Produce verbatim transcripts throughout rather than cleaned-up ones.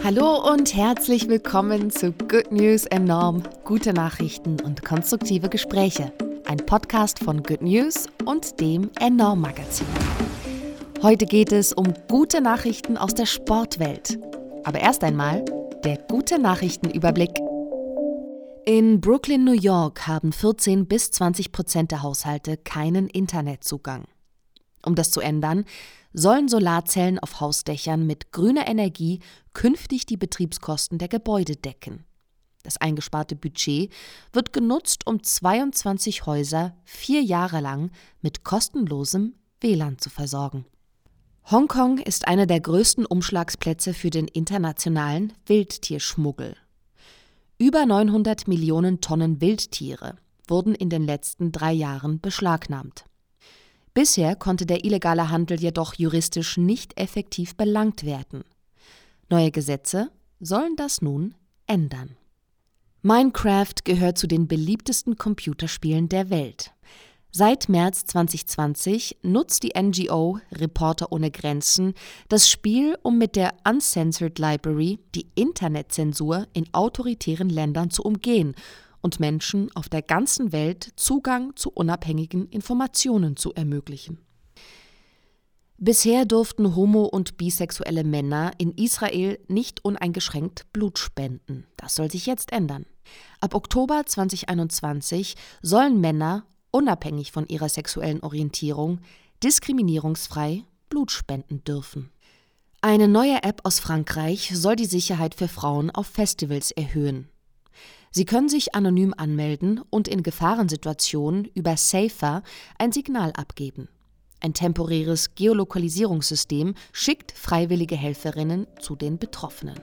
Hallo und herzlich willkommen zu Good News Enorm, gute Nachrichten und konstruktive Gespräche. Ein Podcast von Good News und dem Enorm Magazin. Heute geht es um gute Nachrichten aus der Sportwelt. Aber erst einmal der gute Nachrichtenüberblick. In Brooklyn, New York haben vierzehn bis zwanzig Prozent der Haushalte keinen Internetzugang. Um das zu ändern, sollen Solarzellen auf Hausdächern mit grüner Energie künftig die Betriebskosten der Gebäude decken. Das eingesparte Budget wird genutzt, um zweiundzwanzig Häuser vier Jahre lang mit kostenlosem W L A N zu versorgen. Hongkong ist einer der größten Umschlagsplätze für den internationalen Wildtierschmuggel. Über neunhundert Millionen Tonnen Wildtiere wurden in den letzten drei Jahren beschlagnahmt. Bisher konnte der illegale Handel jedoch juristisch nicht effektiv belangt werden. Neue Gesetze sollen das nun ändern. Minecraft gehört zu den beliebtesten Computerspielen der Welt. Seit März zwanzig zwanzig nutzt die N G O Reporter ohne Grenzen das Spiel, um mit der Uncensored Library die Internetzensur in autoritären Ländern zu umgehen und Menschen auf der ganzen Welt Zugang zu unabhängigen Informationen zu ermöglichen. Bisher durften homo- und bisexuelle Männer in Israel nicht uneingeschränkt Blut spenden. Das soll sich jetzt ändern. Ab Oktober zwanzig einundzwanzig sollen Männer, unabhängig von ihrer sexuellen Orientierung, diskriminierungsfrei Blut spenden dürfen. Eine neue App aus Frankreich soll die Sicherheit für Frauen auf Festivals erhöhen. Sie können sich anonym anmelden und in Gefahrensituationen über Safer ein Signal abgeben. Ein temporäres Geolokalisierungssystem schickt freiwillige Helferinnen zu den Betroffenen.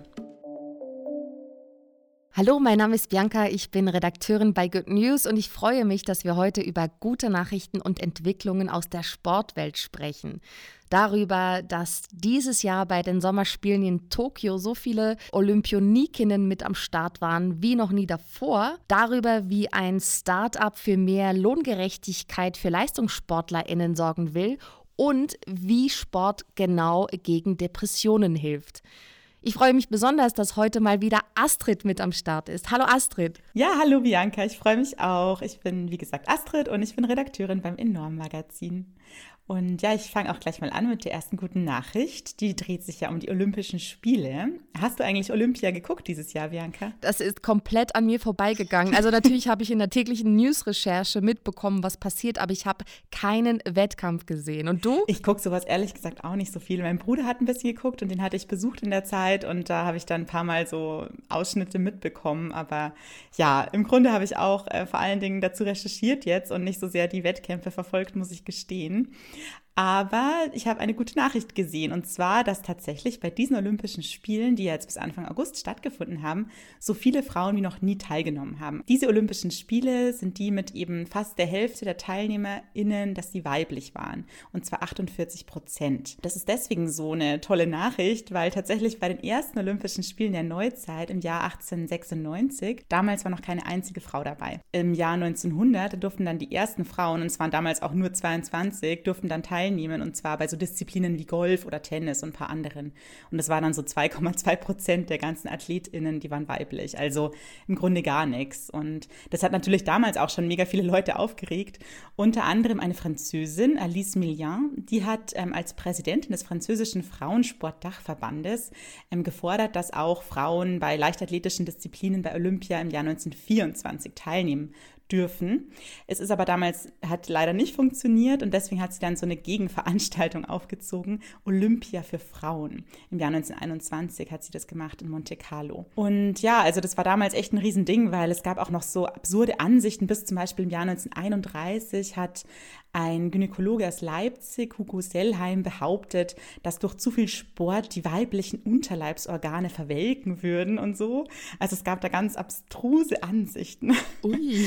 Hallo, mein Name ist Bianca, ich bin Redakteurin bei Good News und ich freue mich, dass wir heute über gute Nachrichten und Entwicklungen aus der Sportwelt sprechen. Darüber, dass dieses Jahr bei den Sommerspielen in Tokio so viele Olympionikinnen mit am Start waren wie noch nie davor. Darüber, wie ein Start-up für mehr Lohngerechtigkeit für LeistungssportlerInnen sorgen will und wie Sport genau gegen Depressionen hilft. Ich freue mich besonders, dass heute mal wieder Astrid mit am Start ist. Hallo Astrid. Ja, hallo Bianca, ich freue mich auch. Ich bin, wie gesagt, Astrid und ich bin Redakteurin beim Enorm Magazin. Und ja, ich fange auch gleich mal an mit der ersten guten Nachricht. Die dreht sich ja um die Olympischen Spiele. Hast du eigentlich Olympia geguckt dieses Jahr, Bianca? Das ist komplett an mir vorbeigegangen. Also natürlich habe ich in der täglichen News-Recherche mitbekommen, was passiert, aber ich habe keinen Wettkampf gesehen. Und du? Ich gucke sowas ehrlich gesagt auch nicht so viel. Mein Bruder hat ein bisschen geguckt und den hatte ich besucht in der Zeit und da habe ich dann ein paar Mal so Ausschnitte mitbekommen. Aber ja, im Grunde habe ich auch äh, vor allen Dingen dazu recherchiert jetzt und nicht so sehr die Wettkämpfe verfolgt, muss ich gestehen. Aber ich habe eine gute Nachricht gesehen, und zwar, dass tatsächlich bei diesen Olympischen Spielen, die ja jetzt bis Anfang August stattgefunden haben, so viele Frauen wie noch nie teilgenommen haben. Diese Olympischen Spiele sind die mit eben fast der Hälfte der TeilnehmerInnen, dass sie weiblich waren, und zwar achtundvierzig Prozent. Das ist deswegen so eine tolle Nachricht, weil tatsächlich bei den ersten Olympischen Spielen der Neuzeit im Jahr achtzehnhundertsechsundneunzig, damals war noch keine einzige Frau dabei. Im Jahr neunzehnhundert durften dann die ersten Frauen, und es waren damals auch nur zweiundzwanzig, durften dann teilnehmen, und zwar bei so Disziplinen wie Golf oder Tennis und ein paar anderen. Und das waren dann so zwei Komma zwei Prozent der ganzen AthletInnen, die waren weiblich. Also im Grunde gar nichts. Und das hat natürlich damals auch schon mega viele Leute aufgeregt. Unter anderem eine Französin, Alice Millian, die hat ähm, als Präsidentin des französischen Frauensport-Dachverbandes ähm, gefordert, dass auch Frauen bei leichtathletischen Disziplinen bei Olympia im Jahr neunzehnhundertvierundzwanzig teilnehmen dürfen. Es ist aber damals, hat leider nicht funktioniert und deswegen hat sie dann so eine Gegenveranstaltung aufgezogen, Olympia für Frauen. Im Jahr neunzehnhunderteinundzwanzig hat sie das gemacht in Monte Carlo. Und ja, also das war damals echt ein Riesending, weil es gab auch noch so absurde Ansichten, bis zum Beispiel im Jahr neunzehnhunderteinunddreißig hat ein Gynäkologe aus Leipzig, Hugo Sellheim, behauptet, dass durch zu viel Sport die weiblichen Unterleibsorgane verwelken würden und so. Also es gab da ganz abstruse Ansichten. Ui.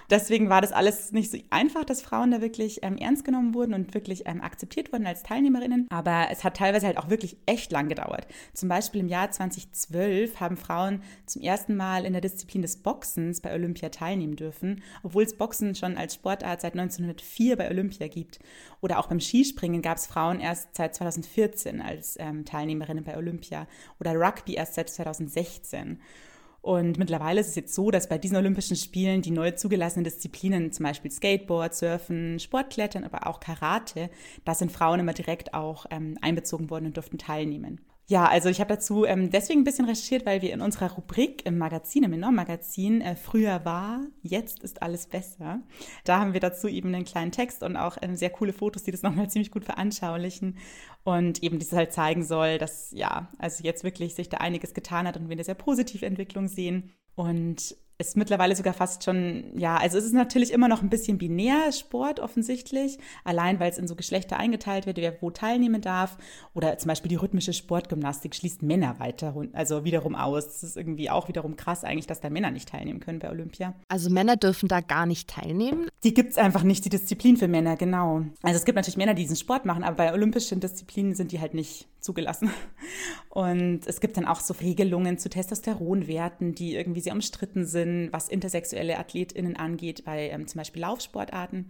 Deswegen war das alles nicht so einfach, dass Frauen da wirklich ähm, ernst genommen wurden und wirklich ähm, akzeptiert wurden als Teilnehmerinnen. Aber es hat teilweise halt auch wirklich echt lang gedauert. Zum Beispiel im Jahr zweitausendzwölf haben Frauen zum ersten Mal in der Disziplin des Boxens bei Olympia teilnehmen dürfen, obwohl es Boxen schon als Sportart seit neunzehnhundertvier bei Olympia gibt. Oder auch beim Skispringen gab es Frauen erst seit zweitausendvierzehn als ähm, Teilnehmerinnen bei Olympia. Oder Rugby erst seit zweitausendsechzehn. Und mittlerweile ist es jetzt so, dass bei diesen Olympischen Spielen die neu zugelassenen Disziplinen, zum Beispiel Skateboard, Surfen, Sportklettern, aber auch Karate, da sind Frauen immer direkt auch ähm, einbezogen worden und durften teilnehmen. Ja, also ich habe dazu ähm, deswegen ein bisschen recherchiert, weil wir in unserer Rubrik im Magazin, im Enorm-Magazin, äh, früher war, jetzt ist alles besser. Da haben wir dazu eben einen kleinen Text und auch ähm, sehr coole Fotos, die das nochmal ziemlich gut veranschaulichen und eben dieses halt zeigen soll, dass ja, also jetzt wirklich sich da einiges getan hat und wir eine sehr positive Entwicklung sehen. Und ist mittlerweile sogar fast schon, ja, also es ist natürlich immer noch ein bisschen binär, Sport offensichtlich, allein weil es in so Geschlechter eingeteilt wird, wer wo teilnehmen darf. Oder zum Beispiel die rhythmische Sportgymnastik schließt Männer weiter, also wiederum aus. Das ist irgendwie auch wiederum krass eigentlich, dass da Männer nicht teilnehmen können bei Olympia. Also Männer dürfen da gar nicht teilnehmen? Die gibt es einfach nicht, die Disziplin für Männer, genau. Also es gibt natürlich Männer, die diesen Sport machen, aber bei olympischen Disziplinen sind die halt nicht zugelassen. Und es gibt dann auch so Regelungen zu Testosteronwerten, die irgendwie sehr umstritten sind, was intersexuelle AthletInnen angeht, bei ähm, zum Beispiel Laufsportarten.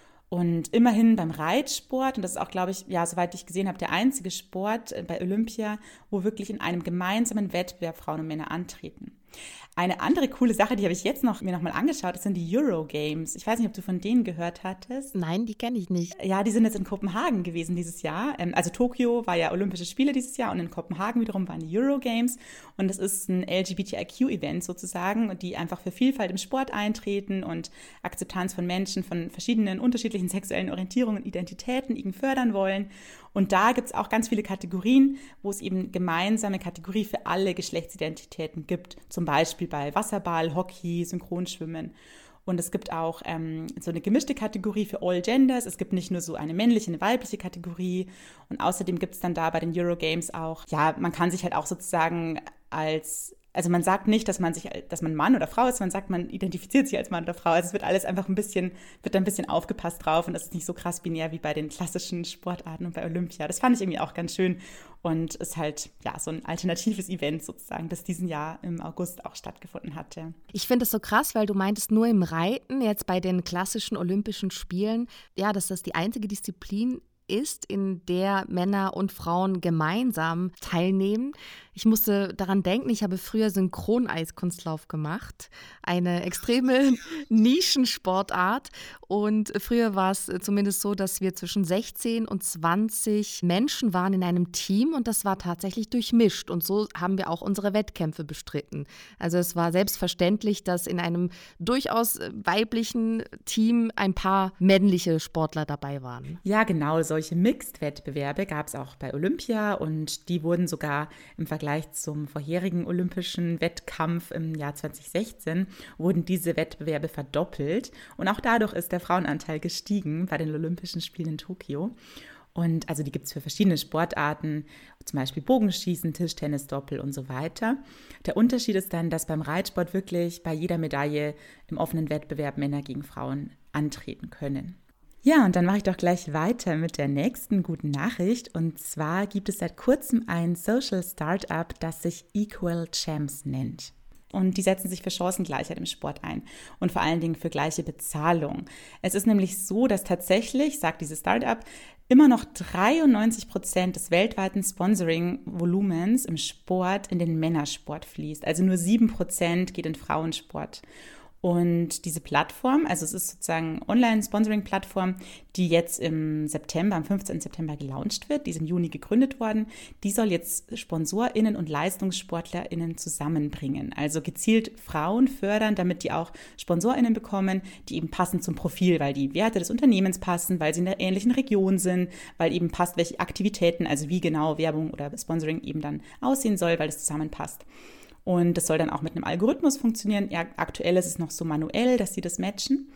Und immerhin beim Reitsport, und das ist auch, glaube ich, ja, soweit ich gesehen habe, der einzige Sport bei Olympia, wo wirklich in einem gemeinsamen Wettbewerb Frauen und Männer antreten. Eine andere coole Sache, die habe ich jetzt noch, mir nochmal angeschaut, das sind die Eurogames. Ich weiß nicht, ob du von denen gehört hattest. Nein, die kenne ich nicht. Ja, die sind jetzt in Kopenhagen gewesen dieses Jahr. Also Tokio war ja Olympische Spiele dieses Jahr und in Kopenhagen wiederum waren die Eurogames. Und das ist ein L G B T I Q-Event sozusagen, die einfach für Vielfalt im Sport eintreten und Akzeptanz von Menschen von verschiedenen unterschiedlichen sexuellen Orientierungen und Identitäten eben fördern wollen. Und da gibt es auch ganz viele Kategorien, wo es eben gemeinsame Kategorie für alle Geschlechtsidentitäten gibt. Zum Beispiel bei Wasserball, Hockey, Synchronschwimmen. Und es gibt auch ähm, so eine gemischte Kategorie für All Genders. Es gibt nicht nur so eine männliche, eine weibliche Kategorie. Und außerdem gibt es dann da bei den Eurogames auch, ja, man kann sich halt auch sozusagen als, also man sagt nicht, dass man sich, dass man Mann oder Frau ist, man sagt, man identifiziert sich als Mann oder Frau. Also es wird alles einfach ein bisschen, wird da ein bisschen aufgepasst drauf und das ist nicht so krass binär wie bei den klassischen Sportarten und bei Olympia. Das fand ich irgendwie auch ganz schön und ist halt, ja, so ein alternatives Event sozusagen, das diesen Jahr im August auch stattgefunden hatte. Ich finde es so krass, weil du meintest, nur im Reiten, jetzt bei den klassischen Olympischen Spielen, ja, dass das die einzige Disziplin ist, in der Männer und Frauen gemeinsam teilnehmen. Ich musste daran denken, ich habe früher Synchroneiskunstlauf gemacht, eine extreme Nischensportart. Und früher war es zumindest so, dass wir zwischen sechzehn und zwanzig Menschen waren in einem Team und das war tatsächlich durchmischt. Und so haben wir auch unsere Wettkämpfe bestritten. Also es war selbstverständlich, dass in einem durchaus weiblichen Team ein paar männliche Sportler dabei waren. Ja, genau. Solche Mixed-Wettbewerbe gab es auch bei Olympia und die wurden sogar im Vergleich zum vorherigen olympischen Wettkampf im Jahr zweitausendsechzehn wurden diese Wettbewerbe verdoppelt und auch dadurch ist der Frauenanteil gestiegen bei den Olympischen Spielen in Tokio. Und also die gibt es für verschiedene Sportarten, zum Beispiel Bogenschießen, Tischtennis, Doppel und so weiter. Der Unterschied ist dann, dass beim Reitsport wirklich bei jeder Medaille im offenen Wettbewerb Männer gegen Frauen antreten können. Ja, und dann mache ich doch gleich weiter mit der nächsten guten Nachricht. Und zwar gibt es seit kurzem ein Social Startup, das sich Equal Champs nennt. Und die setzen sich für Chancengleichheit im Sport ein und vor allen Dingen für gleiche Bezahlung. Es ist nämlich so, dass tatsächlich, sagt dieses Startup, immer noch dreiundneunzig Prozent des weltweiten Sponsoring-Volumens im Sport in den Männersport fließt. Also nur sieben Prozent geht in Frauensport. Und diese Plattform, also es ist sozusagen eine Online-Sponsoring-Plattform, die jetzt im September, am fünfzehnten September gelauncht wird, die ist im Juni gegründet worden, die soll jetzt SponsorInnen und LeistungssportlerInnen zusammenbringen. Also gezielt Frauen fördern, damit die auch SponsorInnen bekommen, die eben passen zum Profil, weil die Werte des Unternehmens passen, weil sie in der ähnlichen Region sind, weil eben passt, welche Aktivitäten, also wie genau Werbung oder Sponsoring eben dann aussehen soll, weil das zusammenpasst. Und das soll dann auch mit einem Algorithmus funktionieren. Ja, aktuell ist es noch so manuell, dass sie das matchen.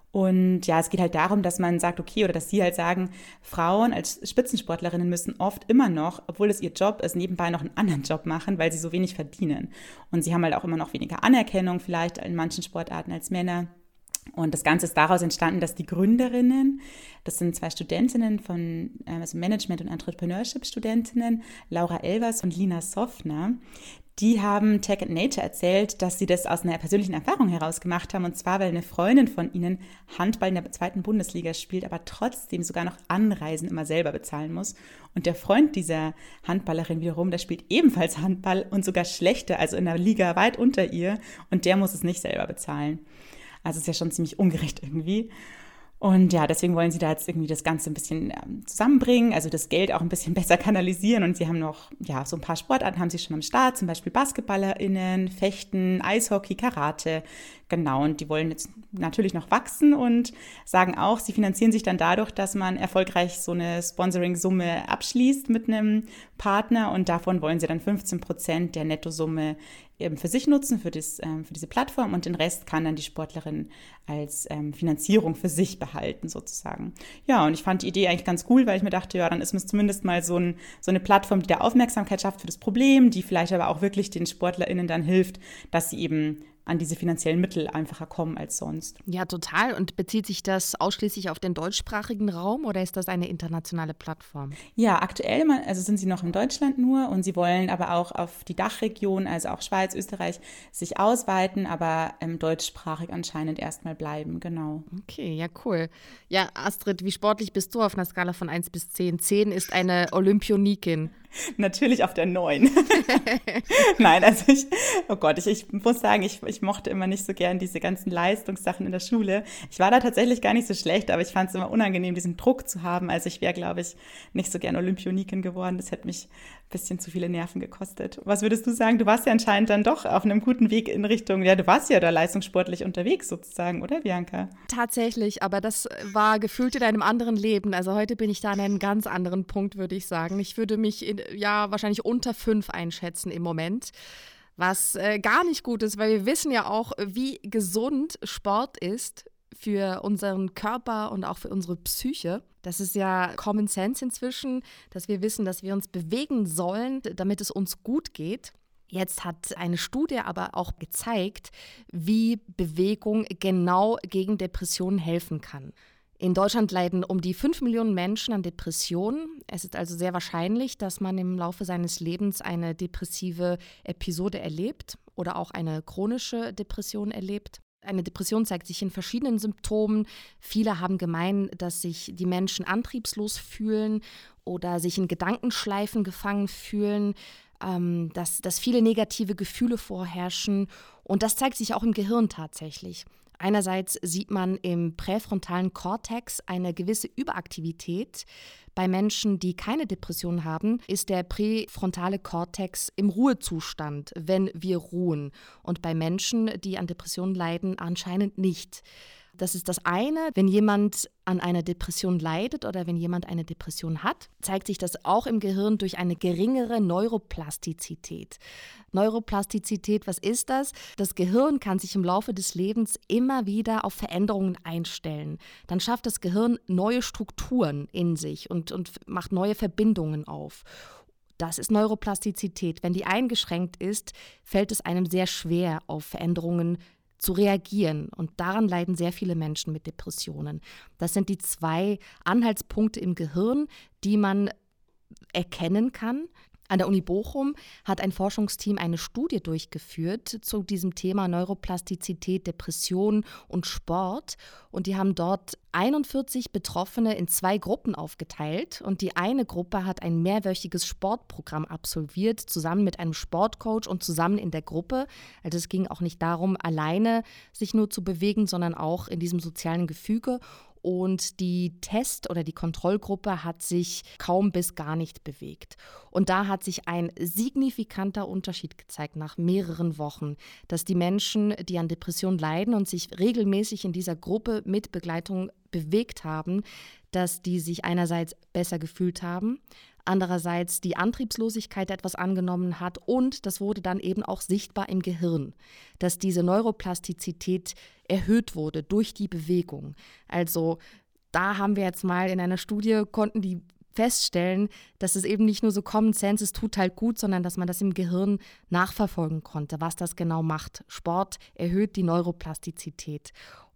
Und ja, es geht halt darum, dass man sagt, okay, oder dass sie halt sagen, Frauen als Spitzensportlerinnen müssen oft immer noch, obwohl es ihr Job ist, nebenbei noch einen anderen Job machen, weil sie so wenig verdienen. Und sie haben halt auch immer noch weniger Anerkennung vielleicht in manchen Sportarten als Männer. Und das Ganze ist daraus entstanden, dass die Gründerinnen, das sind zwei Studentinnen von also Management- und Entrepreneurship-Studentinnen, Laura Elvers und Lina Soffner, die haben Tech and Nature erzählt, dass sie das aus einer persönlichen Erfahrung heraus gemacht haben. Und zwar, weil eine Freundin von ihnen Handball in der zweiten Bundesliga spielt, aber trotzdem sogar noch Anreisen immer selber bezahlen muss. Und der Freund dieser Handballerin wiederum, der spielt ebenfalls Handball und sogar schlechter, also in der Liga weit unter ihr. Und der muss es nicht selber bezahlen. Also ist ja schon ziemlich ungerecht irgendwie. Und ja, deswegen wollen sie da jetzt irgendwie das Ganze ein bisschen ähm, zusammenbringen, also das Geld auch ein bisschen besser kanalisieren. Und sie haben noch, ja, so ein paar Sportarten haben sie schon am Start, zum Beispiel BasketballerInnen, Fechten, Eishockey, Karate. Genau, und die wollen jetzt natürlich noch wachsen und sagen auch, sie finanzieren sich dann dadurch, dass man erfolgreich so eine Sponsoring-Summe abschließt mit einem Partner. Und davon wollen sie dann fünfzehn Prozent der Nettosumme eben für sich nutzen, für, das, ähm, für diese Plattform, und den Rest kann dann die Sportlerin als ähm, Finanzierung für sich behalten sozusagen. Ja, und ich fand die Idee eigentlich ganz cool, weil ich mir dachte, ja, dann ist es zumindest mal so, ein, so eine Plattform, die der Aufmerksamkeit schafft für das Problem, die vielleicht aber auch wirklich den SportlerInnen dann hilft, dass sie eben an diese finanziellen Mittel einfacher kommen als sonst. Ja, total. Und bezieht sich das ausschließlich auf den deutschsprachigen Raum oder ist das eine internationale Plattform? Ja, aktuell also sind sie noch in Deutschland nur und sie wollen aber auch auf die Dachregion, also auch Schweiz, Österreich, sich ausweiten, aber ähm, deutschsprachig anscheinend erstmal bleiben, genau. Okay, ja, cool. Ja, Astrid, wie sportlich bist du auf einer Skala von eins bis zehn? zehn ist eine Olympionikin. Natürlich auf der neun. Nein, also ich, oh Gott, ich, ich muss sagen, ich, ich mochte immer nicht so gern diese ganzen Leistungssachen in der Schule. Ich war da tatsächlich gar nicht so schlecht, aber ich fand es immer unangenehm, diesen Druck zu haben. Also ich wäre, glaube ich, nicht so gern Olympionikin geworden. Das hätte mich ein bisschen zu viele Nerven gekostet. Was würdest du sagen? Du warst ja anscheinend dann doch auf einem guten Weg in Richtung, ja, du warst ja da leistungssportlich unterwegs sozusagen, oder Bianca? Tatsächlich, aber das war gefühlt in einem anderen Leben. Also heute bin ich da an einem ganz anderen Punkt, würde ich sagen. Ich würde mich in ja wahrscheinlich unter fünf einschätzen im Moment, was äh, gar nicht gut ist, weil wir wissen ja auch, wie gesund Sport ist für unseren Körper und auch für unsere Psyche. Das ist ja Common Sense inzwischen, dass wir wissen, dass wir uns bewegen sollen, damit es uns gut geht. Jetzt hat eine Studie aber auch gezeigt, wie Bewegung genau gegen Depressionen helfen kann. In Deutschland leiden um die fünf Millionen Menschen an Depressionen. Es ist also sehr wahrscheinlich, dass man im Laufe seines Lebens eine depressive Episode erlebt oder auch eine chronische Depression erlebt. Eine Depression zeigt sich in verschiedenen Symptomen. Viele haben gemein, dass sich die Menschen antriebslos fühlen oder sich in Gedankenschleifen gefangen fühlen, ähm, dass, dass viele negative Gefühle vorherrschen. Und das zeigt sich auch im Gehirn tatsächlich. Einerseits sieht man im präfrontalen Kortex eine gewisse Überaktivität. Bei Menschen, die keine Depression haben, ist der präfrontale Kortex im Ruhezustand, wenn wir ruhen. Und bei Menschen, die an Depressionen leiden, anscheinend nicht. Das ist das eine. Wenn jemand an einer Depression leidet oder wenn jemand eine Depression hat, zeigt sich das auch im Gehirn durch eine geringere Neuroplastizität. Neuroplastizität, was ist das? Das Gehirn kann sich im Laufe des Lebens immer wieder auf Veränderungen einstellen. Dann schafft das Gehirn neue Strukturen in sich und, und macht neue Verbindungen auf. Das ist Neuroplastizität. Wenn die eingeschränkt ist, fällt es einem sehr schwer, auf Veränderungen zu reagieren. Und daran leiden sehr viele Menschen mit Depressionen. Das sind die zwei Anhaltspunkte im Gehirn, die man erkennen kann. An der Uni Bochum hat ein Forschungsteam eine Studie durchgeführt zu diesem Thema Neuroplastizität, Depression und Sport. Und die haben dort einundvierzig Betroffene in zwei Gruppen aufgeteilt. Und die eine Gruppe hat ein mehrwöchiges Sportprogramm absolviert, zusammen mit einem Sportcoach und zusammen in der Gruppe. Also es ging auch nicht darum, alleine sich nur zu bewegen, sondern auch in diesem sozialen Gefüge. Und die Test- oder die Kontrollgruppe hat sich kaum bis gar nicht bewegt. Und da hat sich ein signifikanter Unterschied gezeigt nach mehreren Wochen, dass die Menschen, die an Depressionen leiden und sich regelmäßig in dieser Gruppe mit Begleitung bewegt haben, dass die sich einerseits besser gefühlt haben, andererseits die Antriebslosigkeit etwas angenommen hat und das wurde dann eben auch sichtbar im Gehirn, dass diese Neuroplastizität erhöht wurde durch die Bewegung. Also da haben wir jetzt mal in einer Studie, konnten die feststellen, dass es eben nicht nur so Common Sense, es tut halt gut, sondern dass man das im Gehirn nachverfolgen konnte, was das genau macht. Sport erhöht die Neuroplastizität.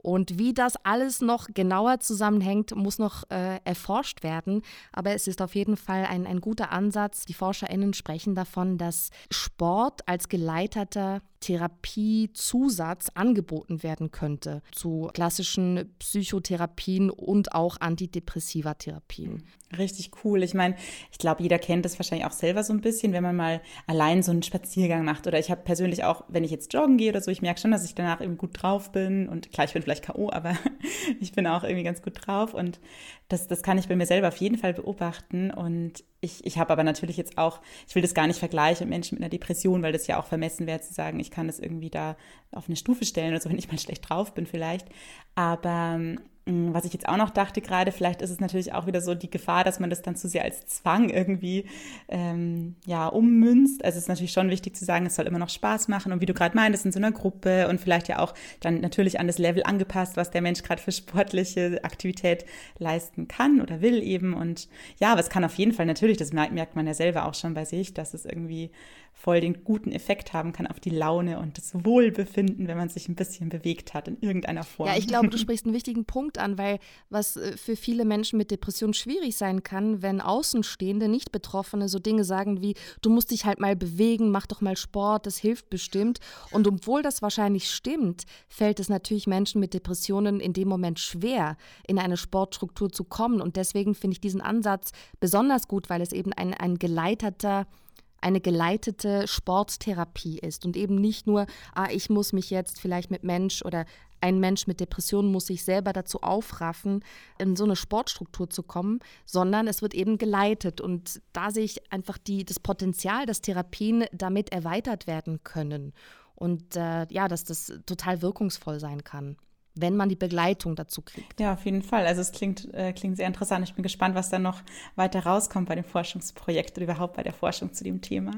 Und wie das alles noch genauer zusammenhängt, muss noch äh, erforscht werden. Aber es ist auf jeden Fall ein, ein guter Ansatz. Die ForscherInnen sprechen davon, dass Sport als geleiteter Therapiezusatz angeboten werden könnte zu klassischen Psychotherapien und auch antidepressiva Therapien. Richtig cool. Ich meine, ich glaube, jeder kennt das wahrscheinlich auch selber so ein bisschen, wenn man mal allein so einen Spaziergang macht. Oder ich habe persönlich auch, wenn ich jetzt joggen gehe oder so, ich merke schon, dass ich danach irgendwie gut drauf bin. Und klar, ich bin vielleicht K O, aber ich bin auch irgendwie ganz gut drauf. Und das, das kann ich bei mir selber auf jeden Fall beobachten. Und ich, ich habe aber natürlich jetzt auch, ich will das gar nicht vergleichen mit Menschen mit einer Depression, weil das ja auch vermessen wäre zu sagen, ich kann das irgendwie da auf eine Stufe stellen oder so, wenn ich mal schlecht drauf bin vielleicht. Aber was ich jetzt auch noch dachte gerade, vielleicht ist es natürlich auch wieder so die Gefahr, dass man das dann zu sehr als Zwang irgendwie ähm, ja, ummünzt. Also es ist natürlich schon wichtig zu sagen, es soll immer noch Spaß machen und wie du gerade meintest, in so einer Gruppe und vielleicht ja auch dann natürlich an das Level angepasst, was der Mensch gerade für sportliche Aktivität leisten kann oder will eben. Und ja, aber es kann auf jeden Fall natürlich, das merkt man ja selber auch schon bei sich, dass es irgendwie voll den guten Effekt haben kann auf die Laune und das Wohlbefinden, wenn man sich ein bisschen bewegt hat in irgendeiner Form. Ja, ich glaube, du sprichst einen wichtigen Punkt an, weil was für viele Menschen mit Depressionen schwierig sein kann, wenn Außenstehende, Nicht-Betroffene so Dinge sagen wie, du musst dich halt mal bewegen, mach doch mal Sport, das hilft bestimmt. Und obwohl das wahrscheinlich stimmt, fällt es natürlich Menschen mit Depressionen in dem Moment schwer, in eine Sportstruktur zu kommen. Und deswegen finde ich diesen Ansatz besonders gut, weil es eben ein, ein geleiteter eine geleitete Sporttherapie ist und eben nicht nur, ah, ich muss mich jetzt vielleicht mit Mensch oder ein Mensch mit Depressionen muss sich selber dazu aufraffen, in so eine Sportstruktur zu kommen, sondern es wird eben geleitet und da sehe ich einfach die, das Potenzial, dass Therapien damit erweitert werden können und äh, ja, dass das total wirkungsvoll sein kann, wenn man die Begleitung dazu kriegt. Ja, auf jeden Fall. Also es klingt, äh, klingt sehr interessant. Ich bin gespannt, was dann noch weiter rauskommt bei dem Forschungsprojekt oder überhaupt bei der Forschung zu dem Thema.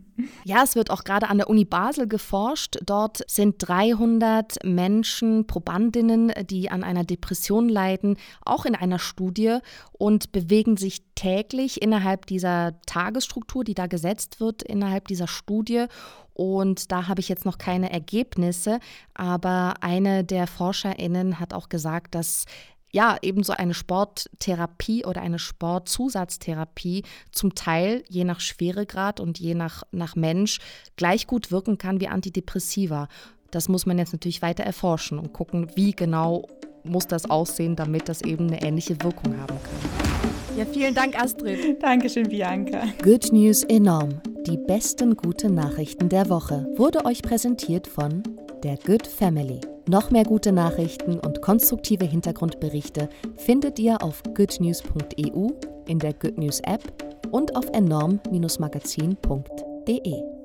Ja, es wird auch gerade an der Uni Basel geforscht. Dort sind dreihundert Menschen, Probandinnen, die an einer Depression leiden, auch in einer Studie und bewegen sich täglich innerhalb dieser Tagesstruktur, die da gesetzt wird, innerhalb dieser Studie. Und da habe ich jetzt noch keine Ergebnisse, aber eine der ForscherInnen hat auch gesagt, dass ja eben so eine Sporttherapie oder eine Sportzusatztherapie zum Teil je nach Schweregrad und je nach, nach Mensch gleich gut wirken kann wie Antidepressiva. Das muss man jetzt natürlich weiter erforschen und gucken, wie genau muss das aussehen, damit das eben eine ähnliche Wirkung haben kann. Ja, vielen Dank, Astrid. Dankeschön, Bianca. Good News enorm. Die besten guten Nachrichten der Woche wurde euch präsentiert von der Good Family. Noch mehr gute Nachrichten und konstruktive Hintergrundberichte findet ihr auf goodnews punkt e u, in der Good News App und auf enorm Bindestrich magazin punkt de.